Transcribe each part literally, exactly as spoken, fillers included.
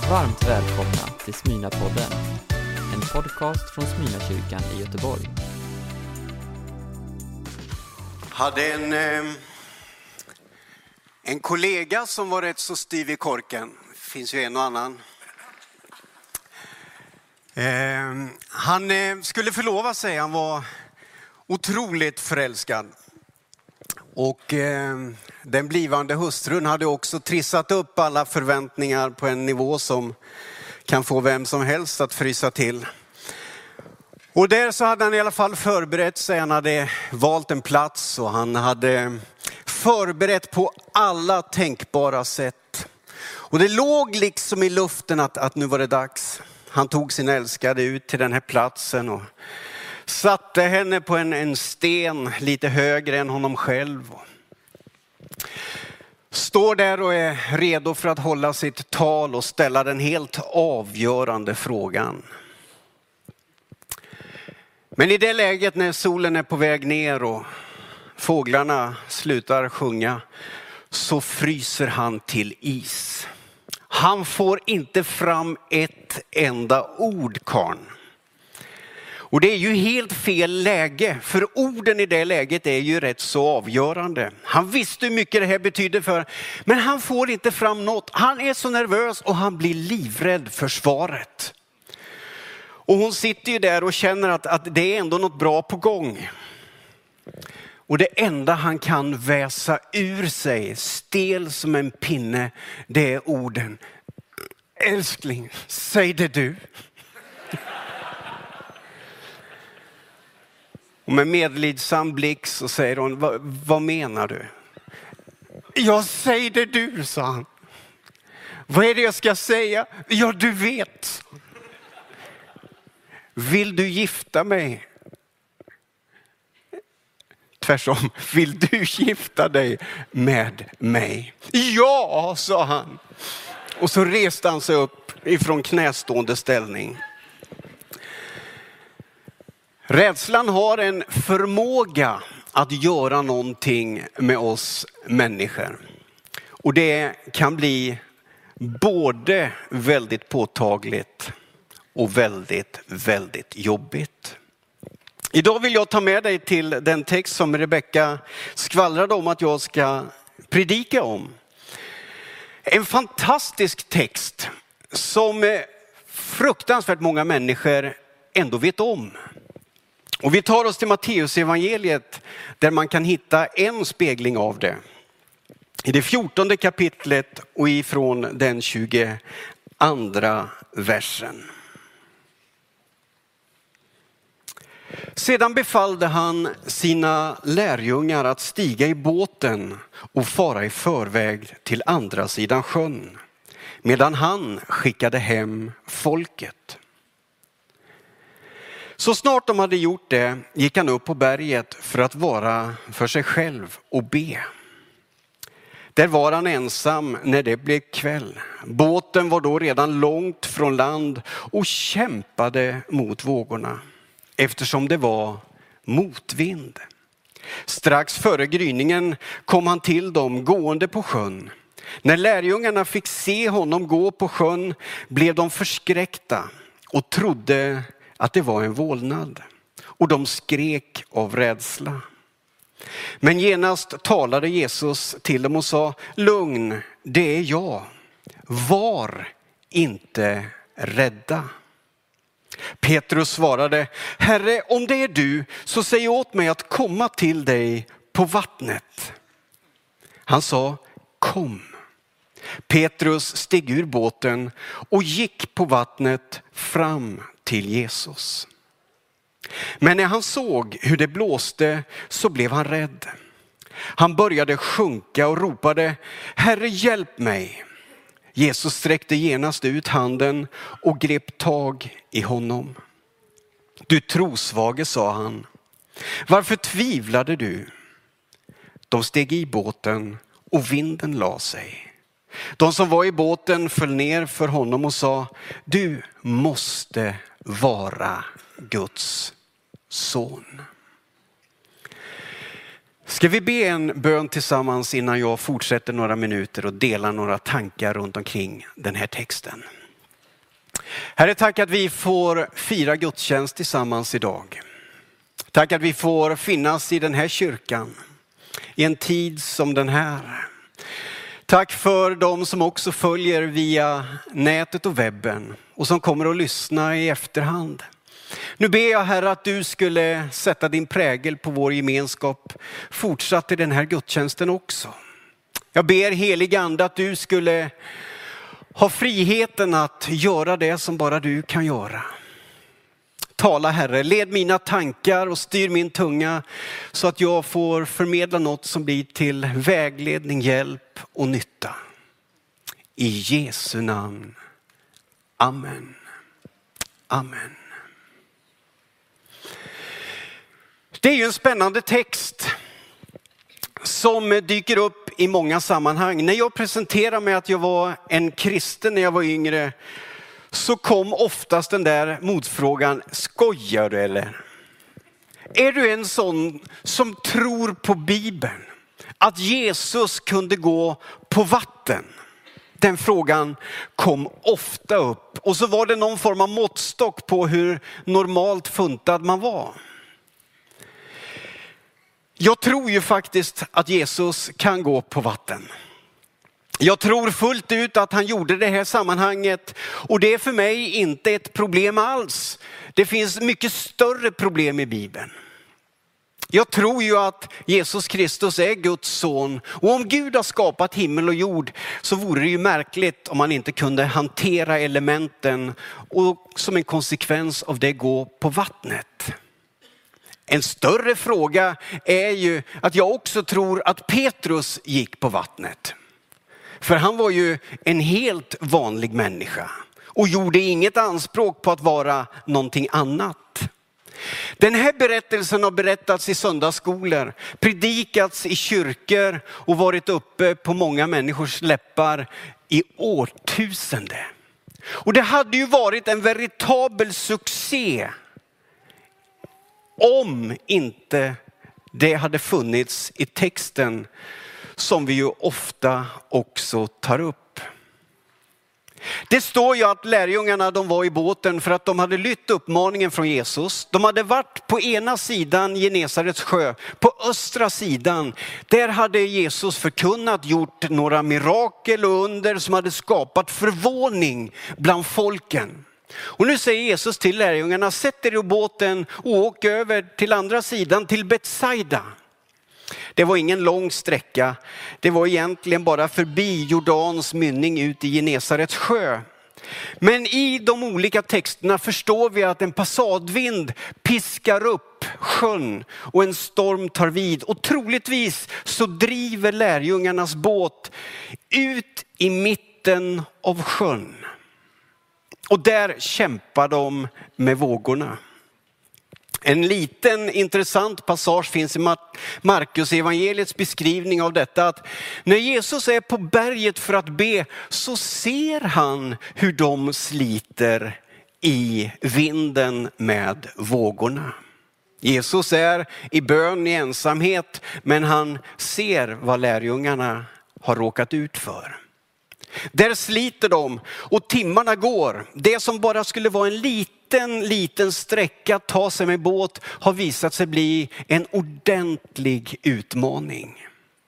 Varmt välkomna till Smyrna-podden, en podcast från Smyrna-kyrkan i Göteborg. Hade en, eh, en kollega som var rätt så styv i korken. Det finns ju en och annan. Eh, han eh, skulle förlova sig, han var otroligt förälskad. Och eh, den blivande hustrun hade också trissat upp alla förväntningar på en nivå som kan få vem som helst att frysa till. Och där så hade han i alla fall förberett sig, han hade valt en plats och han hade förberett på alla tänkbara sätt. Och det låg liksom i luften att, att nu var det dags. Han tog sin älskade ut till den här platsen och satte henne på en, en sten lite högre än honom själv. Står där och är redo för att hålla sitt tal och ställa den helt avgörande frågan. Men i det läget när solen är på väg ner och fåglarna slutar sjunga så fryser han till is. Han får inte fram ett enda ord, karn. Och det är ju helt fel läge, för orden i det läget är ju rätt så avgörande. Han visste hur mycket det här betyder för, men han får inte fram något. Han är så nervös och han blir livrädd för svaret. Och hon sitter ju där och känner att, att det är ändå något bra på gång. Och det enda han kan väsa ur sig, stel som en pinne, det är orden. Älskling, säg det du. Och med medlidsam blick så säger hon, vad, vad menar du? Jag säger det du, sa han. Vad är det jag ska säga? Ja, du vet. Vill du gifta mig? Tvärtom, vill du gifta dig med mig? Ja, sa han. Och så reste han sig upp ifrån knästående ställning. Rädslan har en förmåga att göra någonting med oss människor. Och det kan bli både väldigt påtagligt och väldigt, väldigt jobbigt. Idag vill jag ta med dig till den text som Rebecka skvallrade om att jag ska predika om. En fantastisk text som fruktansvärt många människor ändå vet om. Och vi tar oss till Matteus evangeliet där man kan hitta en spegling av det. I det fjortonde kapitlet och ifrån den tjugoandra versen. Sedan befallde han sina lärjungar att stiga i båten och fara i förväg till andra sidan sjön, medan han skickade hem folket. Så snart de hade gjort det gick han upp på berget för att vara för sig själv och be. Där var han ensam när det blev kväll. Båten var då redan långt från land och kämpade mot vågorna, eftersom det var motvind. Strax före gryningen kom han till dem gående på sjön. När lärjungarna fick se honom gå på sjön blev de förskräckta och trodde att det var en vålnad. Och de skrek av rädsla. Men genast talade Jesus till dem och sa, lugn, det är jag. Var inte rädda. Petrus svarade, Herre, om det är du så säg åt mig att komma till dig på vattnet. Han sa, kom. Petrus steg ur båten och gick på vattnet fram till Jesus. Men när han såg hur det blåste så blev han rädd. Han började sjunka och ropade, Herre, hjälp mig. Jesus sträckte genast ut handen och grep tag i honom. Du trosvage, sa han. Varför tvivlade du? De steg i båten och vinden la sig. De som var i båten föll ner för honom och sa, du måste vara Guds son. Ska vi be en bön tillsammans innan jag fortsätter några minuter och delar några tankar runt omkring den här texten. Herre, tack att vi får fira gudstjänst tillsammans idag. Tack att vi får finnas i den här kyrkan i en tid som den här. Tack för de som också följer via nätet och webben och som kommer att lyssna i efterhand. Nu ber jag, Herre, att du skulle sätta din prägel på vår gemenskap fortsatt i den här gudstjänsten också. Jag ber, helig ande, att du skulle ha friheten att göra det som bara du kan göra. Tala, Herre, led mina tankar och styr min tunga så att jag får förmedla något som blir till vägledning, hjälp och nytta. I Jesu namn. Amen. Amen. Det är ju en spännande text som dyker upp i många sammanhang. När jag presenterar mig att jag var en kristen när jag var yngre, så kom oftast den där motfrågan: skojar du eller? Är du en sån som tror på Bibeln? Att Jesus kunde gå på vatten? Den frågan kom ofta upp. Och så var det någon form av måttstock på hur normalt funtad man var. Jag tror ju faktiskt att Jesus kan gå på vatten. Jag tror fullt ut att han gjorde det här sammanhanget, och det är för mig inte ett problem alls. Det finns mycket större problem i Bibeln. Jag tror ju att Jesus Kristus är Guds son, och om Gud har skapat himmel och jord så vore det ju märkligt om man inte kunde hantera elementen och som en konsekvens av det gå på vattnet. En större fråga är ju att jag också tror att Petrus gick på vattnet. För han var ju en helt vanlig människa och gjorde inget anspråk på att vara någonting annat. Den här berättelsen har berättats i söndagsskolor, predikats i kyrkor och varit uppe på många människors läppar i årtusende. Och det hade ju varit en veritabel succé om inte det hade funnits i texten som vi ju ofta också tar upp. Det står ju att lärjungarna, de var i båten för att de hade lytt uppmaningen från Jesus. De hade varit på ena sidan Genesarets sjö, på östra sidan. Där hade Jesus förkunnat, gjort några mirakel och under som hade skapat förvåning bland folken. Och nu säger Jesus till lärjungarna: sätt er i båten och åk över till andra sidan, till Betsaida. Det var ingen lång sträcka. Det var egentligen bara förbi Jordans mynning ut i Genesarets sjö. Men i de olika texterna förstår vi att en passadvind piskar upp sjön och en storm tar vid. Och troligtvis så driver lärjungarnas båt ut i mitten av sjön. Och där kämpar de med vågorna. En liten intressant passage finns i Markus evangeliets beskrivning av detta. Att när Jesus är på berget för att be så ser han hur de sliter i vinden med vågorna. Jesus är i bön i ensamhet, men han ser vad lärjungarna har råkat ut för. Där sliter de och timmarna går. Det som bara skulle vara en liten, liten sträcka att ta sig med båt har visat sig bli en ordentlig utmaning.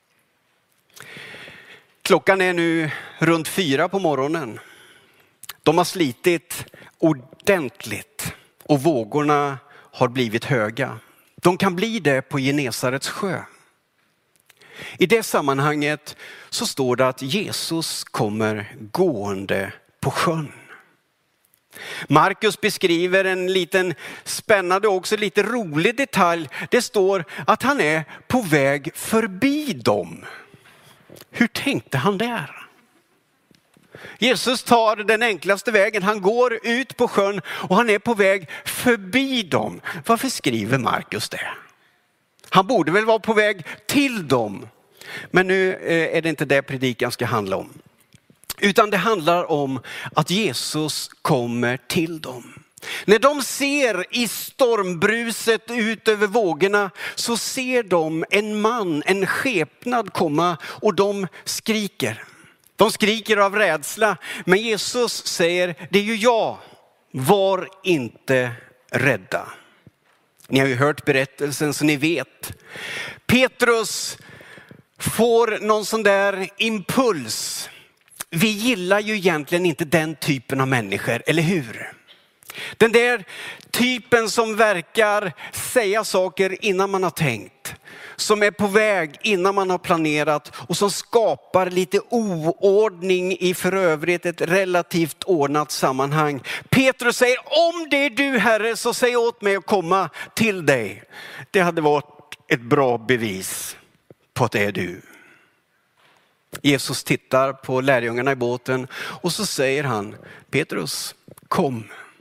Klockan är nu runt fyra på morgonen. De har slitit ordentligt och vågorna har blivit höga. De kan bli det på Genesarets sjö. I det sammanhanget så står det att Jesus kommer gående på sjön. Markus beskriver en liten spännande och också lite rolig detalj. Det står att han är på väg förbi dem. Hur tänkte han där? Jesus tar den enklaste vägen. Han går ut på sjön och han är på väg förbi dem. Varför skriver Markus det? Han borde väl vara på väg till dem. Men nu är det inte det predikan ska handla om. Utan det handlar om att Jesus kommer till dem. När de ser i stormbruset ut över vågorna så ser de en man, en skepnad komma och de skriker. De skriker av rädsla, men Jesus säger, det är ju jag, var inte rädda. Ni har ju hört berättelsen så ni vet. Petrus får någon sån där impuls. Vi gillar ju egentligen inte den typen av människor, eller hur? Den där typen som verkar säga saker innan man har tänkt. Som är på väg innan man har planerat och som skapar lite oordning i för övrigt ett relativt ordnat sammanhang. Petrus säger, om det är du Herre så säg åt mig att komma till dig. Det hade varit ett bra bevis på att det är du. Jesus tittar på lärjungarna i båten och så säger han, Petrus, kom.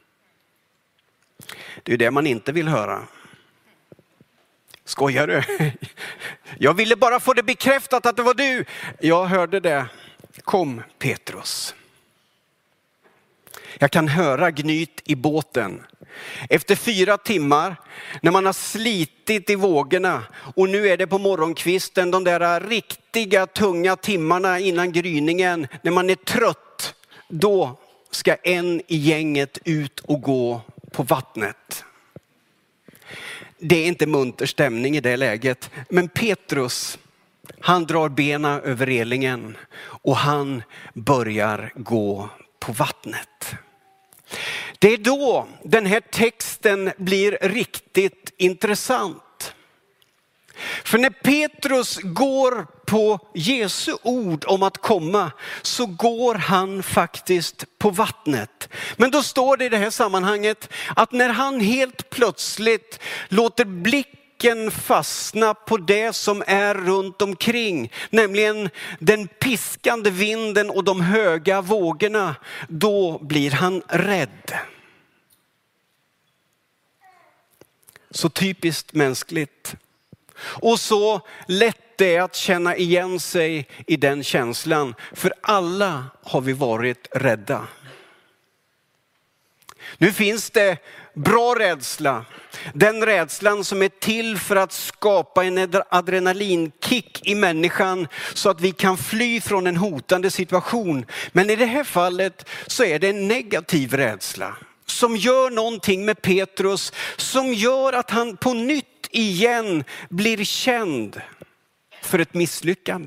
Det är det man inte vill höra. Skojar du? Jag ville bara få det bekräftat att det var du. Jag hörde det. Kom Petrus. Jag kan höra gnyt i båten. Efter fyra timmar när man har slitit i vågorna och nu är det på morgonkvisten, de där riktiga tunga timmarna innan gryningen, när man är trött, då ska en i gänget ut och gå på vattnet. Det är inte munter stämning i det läget, men Petrus, han drar bena över relingen och han börjar gå på vattnet. Det är då den här texten blir riktigt intressant. För när Petrus går på Jesu ord om att komma så går han faktiskt på vattnet. Men då står det i det här sammanhanget att när han helt plötsligt låter blicken fastna på det som är runt omkring, nämligen den piskande vinden och de höga vågorna, då blir han rädd. Så typiskt mänskligt. Och så lätt det är att känna igen sig i den känslan. För alla har vi varit rädda. Nu finns det bra rädsla. Den rädslan som är till för att skapa en adrenalinkick i människan så att vi kan fly från en hotande situation. Men i det här fallet så är det en negativ rädsla som gör någonting med Petrus, som gör att han på nytt igen blir känd för ett misslyckande.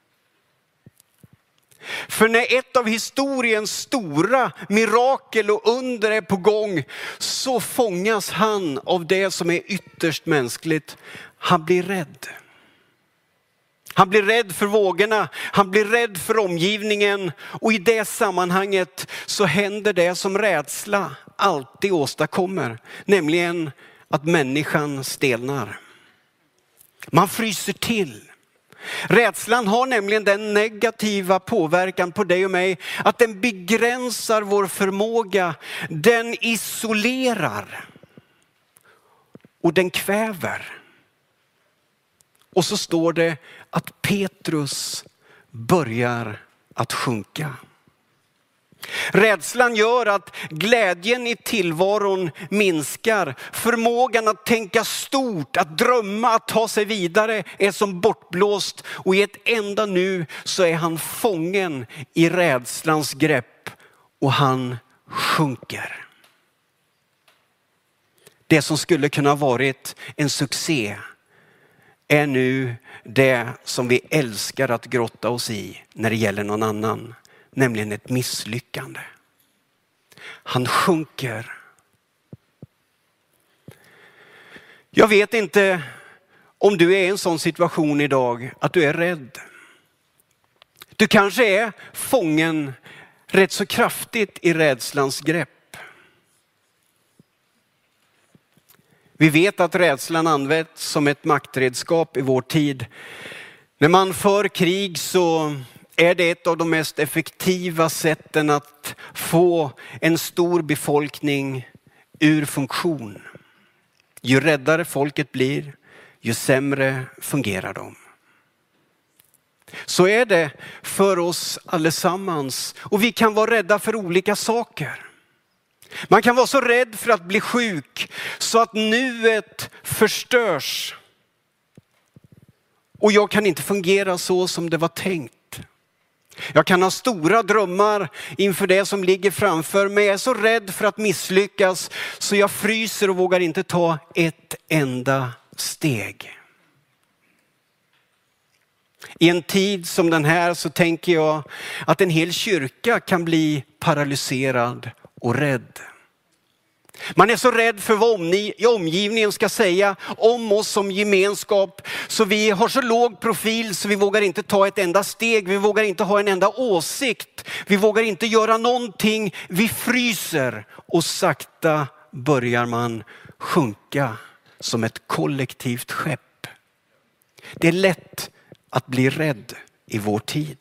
För när ett av historiens stora mirakel och under är på gång så fångas han av det som är ytterst mänskligt. Han blir rädd. Han blir rädd för vågorna, han blir rädd för omgivningen och i det sammanhanget så händer det som rädsla alltid åstadkommer, nämligen att människan stelnar. Man fryser till. Rädslan har nämligen den negativa påverkan på dig och mig att den begränsar vår förmåga, den isolerar och den kväver. Och så står det att Petrus börjar att sjunka. Rädslan gör att glädjen i tillvaron minskar. Förmågan att tänka stort, att drömma, att ta sig vidare är som bortblåst. Och i ett enda nu så är han fången i rädslans grepp och han sjunker. Det som skulle kunna ha varit en succé är nu det som vi älskar att grotta oss i när det gäller någon annan. Nämligen ett misslyckande. Han sjunker. Jag vet inte om du är i en sån situation idag att du är rädd. Du kanske är fången rätt så kraftigt i rädslans grepp. Vi vet att rädslan används som ett maktredskap i vår tid. När man för krig så är det ett av de mest effektiva sätten att få en stor befolkning ur funktion. Ju räddare folket blir, ju sämre fungerar de. Så är det för oss allesammans. Och vi kan vara rädda för olika saker. Man kan vara så rädd för att bli sjuk så att nuet förstörs. Och jag kan inte fungera så som det var tänkt. Jag kan ha stora drömmar inför det som ligger framför mig. Jag är så rädd för att misslyckas så jag fryser och vågar inte ta ett enda steg. I en tid som den här så tänker jag att en hel kyrka kan bli paralyserad och rädd. Man är så rädd för vad omgivningen ska säga om oss som gemenskap. Så vi har så låg profil så vi vågar inte ta ett enda steg. Vi vågar inte ha en enda åsikt. Vi vågar inte göra någonting. Vi fryser och sakta börjar man sjunka som ett kollektivt skepp. Det är lätt att bli rädd i vår tid.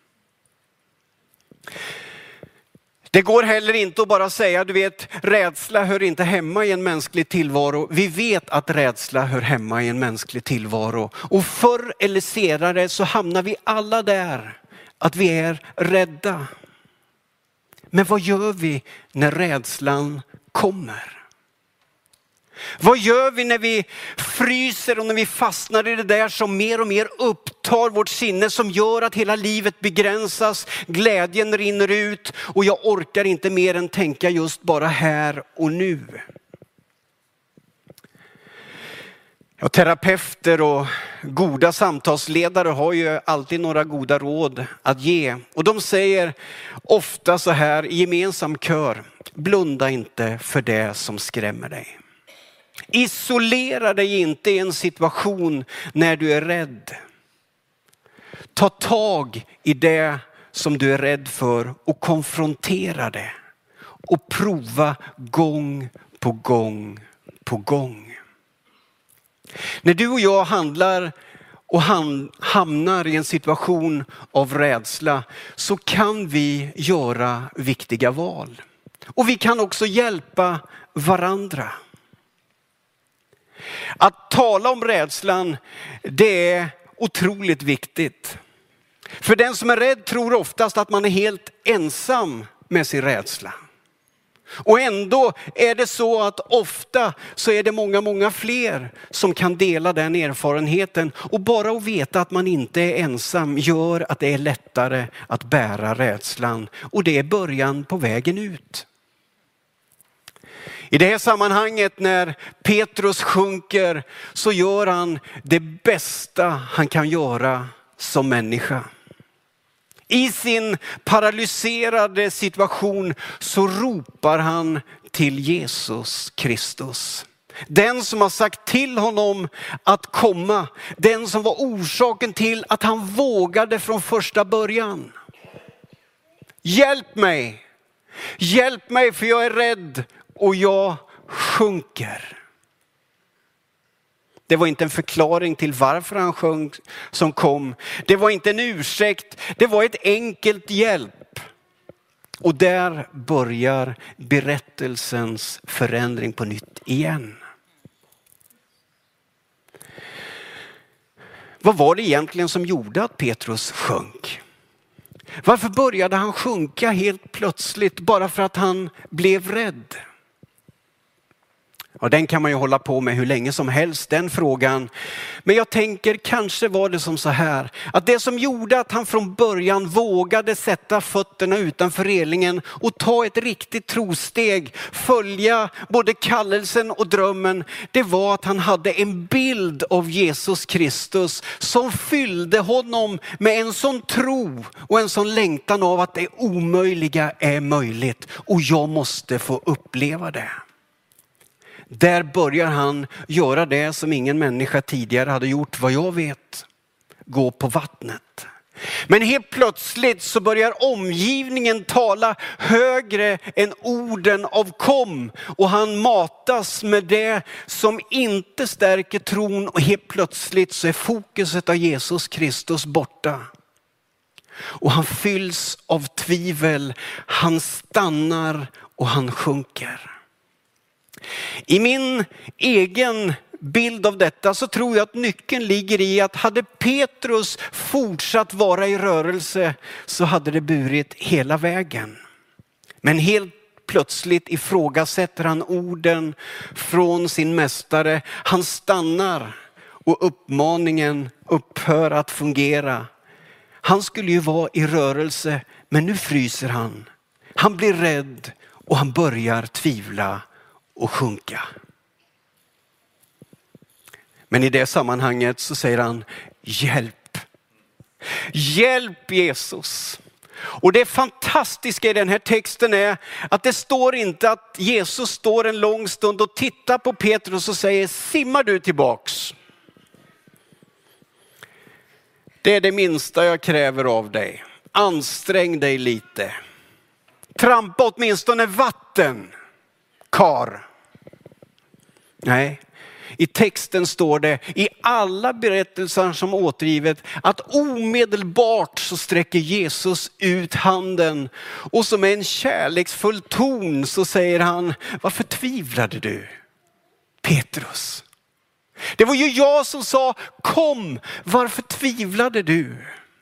Det går heller inte att bara säga, du vet, rädsla hör inte hemma i en mänsklig tillvaro. Vi vet att rädsla hör hemma i en mänsklig tillvaro. Och förr eller senare så hamnar vi alla där, att vi är rädda. Men vad gör vi när rädslan kommer? Vad gör vi när vi fryser och när vi fastnar i det där som mer och mer upptar vårt sinne, som gör att hela livet begränsas, glädjen rinner ut och jag orkar inte mer än tänka just bara här och nu. Ja, terapeuter och goda samtalsledare har ju alltid några goda råd att ge. Och de säger ofta så här i gemensam kör: blunda inte för det som skrämmer dig. Isolera dig inte i en situation när du är rädd. Ta tag i det som du är rädd för och konfrontera det. Och prova gång på gång på gång. När du och jag handlar och hamnar i en situation av rädsla så kan vi göra viktiga val. Och vi kan också hjälpa varandra. Att tala om rädslan, det är otroligt viktigt. För den som är rädd tror oftast att man är helt ensam med sin rädsla. Och ändå är det så att ofta så är det många, många fler som kan dela den erfarenheten. Och bara att veta att man inte är ensam gör att det är lättare att bära rädslan. Och det är början på vägen ut. I det här sammanhanget när Petrus sjunker så gör han det bästa han kan göra som människa. I sin paralyserade situation så ropar han till Jesus Kristus. Den som har sagt till honom att komma. Den som var orsaken till att han vågade från första början. Hjälp mig! Hjälp mig för jag är rädd och jag sjunker. Det var inte en förklaring till varför han sjönk som kom. Det var inte en ursäkt. Det var ett enkelt hjälp. Och där börjar berättelsens förändring på nytt igen. Vad var det egentligen som gjorde att Petrus sjönk? Varför började han sjunka helt plötsligt bara för att han blev rädd? Och den kan man ju hålla på med hur länge som helst, den frågan. Men jag tänker, kanske var det som så här. Att det som gjorde att han från början vågade sätta fötterna utanför relingen och ta ett riktigt trosteg, följa både kallelsen och drömmen. Det var att han hade en bild av Jesus Kristus som fyllde honom med en sån tro och en sån längtan av att det omöjliga är möjligt. Och jag måste få uppleva det. Där börjar han göra det som ingen människa tidigare hade gjort, vad jag vet. Gå på vattnet. Men helt plötsligt så börjar omgivningen tala högre än orden av kom. Och han matas med det som inte stärker tron. Och helt plötsligt så är fokuset av Jesus Kristus borta. Och han fylls av tvivel. Han stannar och han sjunker. I min egen bild av detta så tror jag att nyckeln ligger i att hade Petrus fortsatt vara i rörelse så hade det burit hela vägen. Men helt plötsligt ifrågasätter han orden från sin mästare. Han stannar och uppmaningen upphör att fungera. Han skulle ju vara i rörelse, men nu fryser han. Han blir rädd och han börjar tvivla och sjunka. Men i det sammanhanget så säger han, hjälp. Hjälp Jesus. Och det fantastiska i den här texten är att det står inte att Jesus står en lång stund och tittar på Petrus och säger, simmar du tillbaks? Det är det minsta jag kräver av dig. Ansträng dig lite. Trampa åtminstone vatten, kar. Nej, i texten står det i alla berättelser som återgivet att omedelbart så sträcker Jesus ut handen och som en kärleksfull ton så säger han, varför tvivlade du, Petrus? Det var ju jag som sa, kom, varför tvivlade du?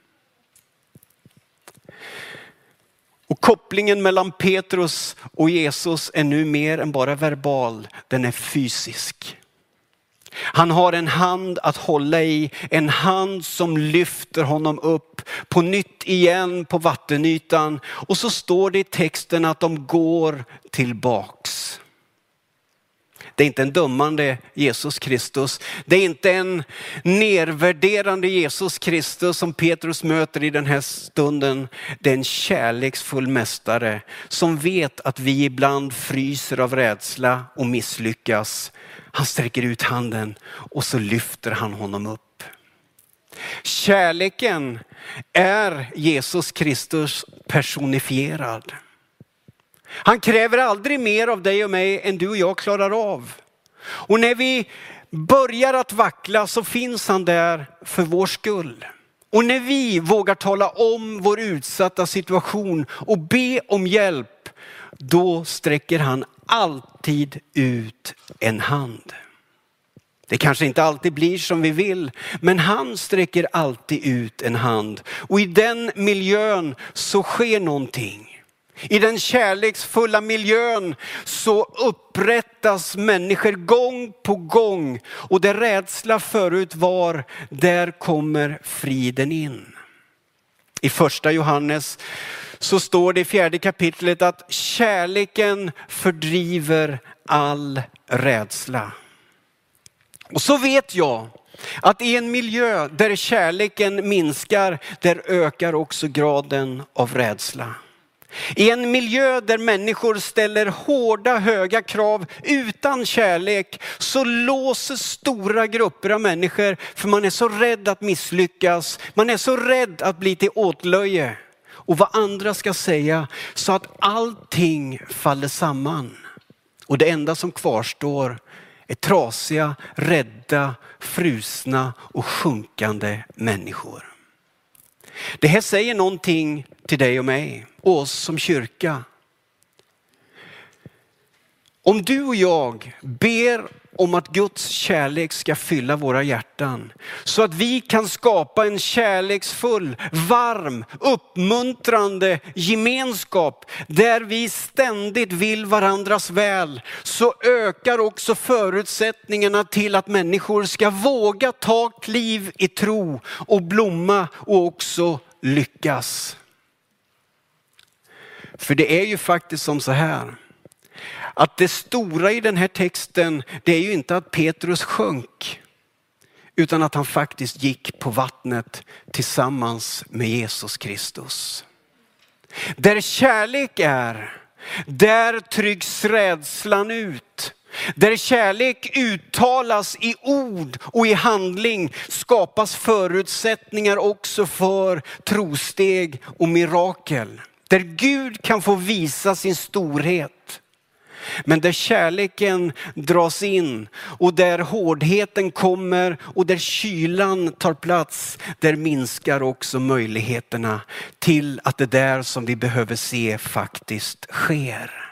Och kopplingen mellan Petrus och Jesus är nu mer än bara verbal, den är fysisk. Han har en hand att hålla i, en hand som lyfter honom upp på nytt igen på vattenytan. Och så står det i texten att de går tillbaks. Det är inte en dömande Jesus Kristus. Det är inte en nedvärderande Jesus Kristus som Petrus möter i den här stunden. Det är en kärleksfull mästare som vet att vi ibland fryser av rädsla och misslyckas. Han sträcker ut handen och så lyfter han honom upp. Kärleken är Jesus Kristus personifierad. Han kräver aldrig mer av dig och mig än du och jag klarar av. Och när vi börjar att vackla så finns han där för vår skull. Och när vi vågar tala om vår utsatta situation och be om hjälp, då sträcker han alltid ut en hand. Det kanske inte alltid blir som vi vill, men han sträcker alltid ut en hand. Och i den miljön så sker någonting. I den kärleksfulla miljön så upprättas människor gång på gång. Och där rädsla förut var, där kommer friden in. I första Johannes så står det i fjärde kapitlet att kärleken fördriver all rädsla. Och så vet jag att i en miljö där kärleken minskar, där ökar också graden av rädsla. I en miljö där människor ställer hårda, höga krav utan kärlek så låser stora grupper av människor för man är så rädd att misslyckas. Man är så rädd att bli till åtlöje och vad andra ska säga så att allting faller samman. Och det enda som kvarstår är trasiga, rädda, frusna och sjunkande människor. Det här säger någonting till dig och mig, och oss som kyrka. Om du och jag ber om att Guds kärlek ska fylla våra hjärtan så att vi kan skapa en kärleksfull, varm, uppmuntrande gemenskap där vi ständigt vill varandras väl, så ökar också förutsättningarna till att människor ska våga ta kliv i tro och blomma och också lyckas. För det är ju faktiskt som så här, att det stora i den här texten, det är ju inte att Petrus sjönk, utan att han faktiskt gick på vattnet tillsammans med Jesus Kristus. Där kärlek är, där tryggs rädslan ut. Där kärlek uttalas i ord och i handling skapas förutsättningar också för trosteg och mirakel. Där Gud kan få visa sin storhet. Men där kärleken dras in och där hårdheten kommer och där kylan tar plats, där minskar också möjligheterna till att det där som vi behöver se faktiskt sker.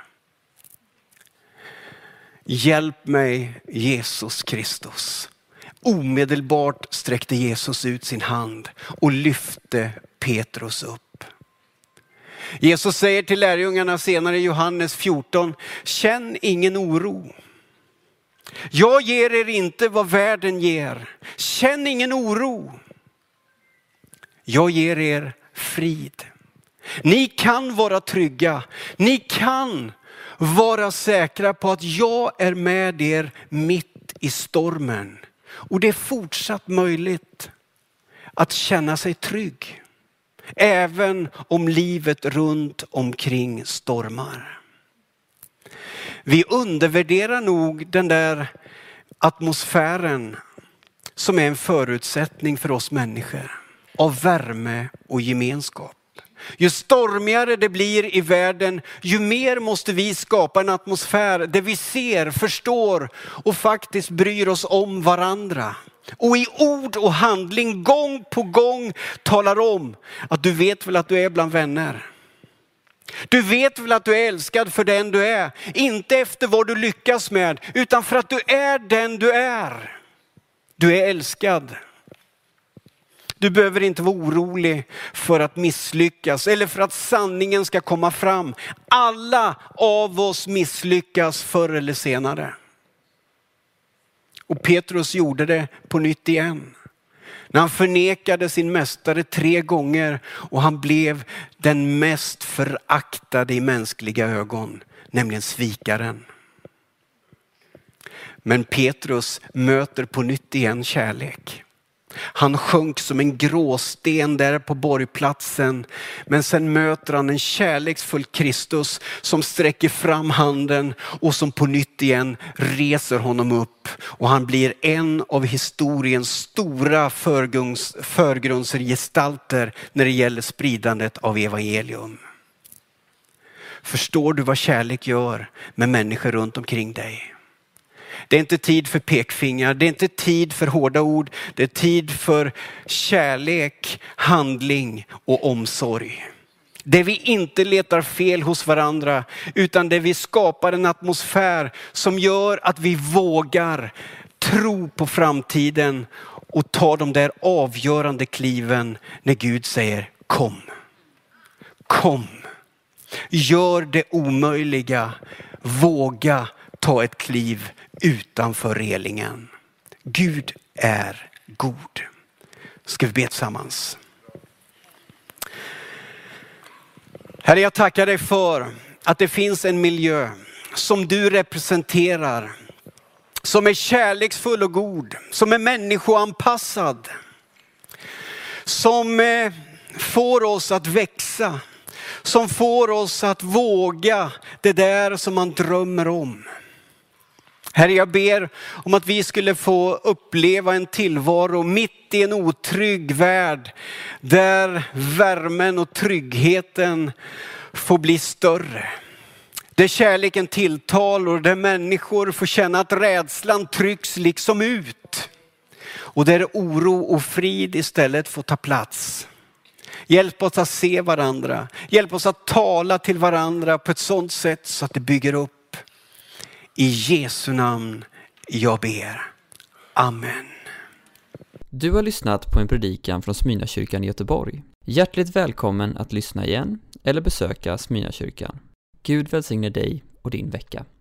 Hjälp mig Jesus Kristus. Omedelbart sträckte Jesus ut sin hand och lyfte Petrus upp. Jesus säger till lärjungarna senare i Johannes fjorton, känn ingen oro. Jag ger er inte vad världen ger. Känn ingen oro. jag ger er frid. Ni kan vara trygga. Ni kan vara säkra på att jag är med er mitt i stormen. Och det är fortsatt möjligt att känna sig trygg. Även om livet runt omkring stormar. Vi undervärderar nog den där atmosfären som är en förutsättning för oss människor. Av värme och gemenskap. Ju stormigare det blir i världen, ju mer måste vi skapa en atmosfär där vi ser, förstår och faktiskt bryr oss om varandra. Och i ord och handling gång på gång talar om att du vet väl att du är bland vänner. Du vet väl att du är älskad för den du är. Inte efter vad du lyckas med, utan för att du är den du är. Du är älskad. Du behöver inte vara orolig för att misslyckas eller för att sanningen ska komma fram. Alla av oss misslyckas förr eller senare. Och Petrus gjorde det på nytt igen. När han förnekade sin mästare tre gånger och han blev den mest föraktade i mänskliga ögon, nämligen svikaren. Men Petrus möter på nytt igen kärlek. Han sjönk som en gråsten där på borgplatsen. Men sen möter han en kärleksfull Kristus som sträcker fram handen och som på nytt igen reser honom upp. Och han blir en av historiens stora förgrunds, förgrundsgestalter när det gäller spridandet av evangelium. Förstår du vad kärlek gör med människor runt omkring dig? Det är inte tid för pekfingrar, det är inte tid för hårda ord. Det är tid för kärlek, handling och omsorg. Det vi inte letar fel hos varandra, utan det vi skapar en atmosfär som gör att vi vågar tro på framtiden och ta de där avgörande kliven när Gud säger kom. Kom. Gör det omöjliga. Våga ta ett kliv utanför relingen. Gud är god. Ska vi be tillsammans? Herre, jag tackar dig för att det finns en miljö som du representerar. Som är kärleksfull och god. Som är människoanpassad. Som får oss att växa. Som får oss att våga det där som man drömmer om. Herre, jag ber om att vi skulle få uppleva en tillvaro mitt i en otrygg värld. Där värmen och tryggheten får bli större. Där kärleken tilltalar och där människor får känna att rädslan trycks liksom ut. Och där oro och frid istället får ta plats. Hjälp oss att se varandra. Hjälp oss att tala till varandra på ett sådant sätt så att det bygger upp. I Jesu namn jag ber. Amen. Du har lyssnat på en predikan från Smyrnakyrkan i Göteborg. Hjärtligt välkommen att lyssna igen eller besöka Smyrnakyrkan. Gud välsigne dig och din vecka.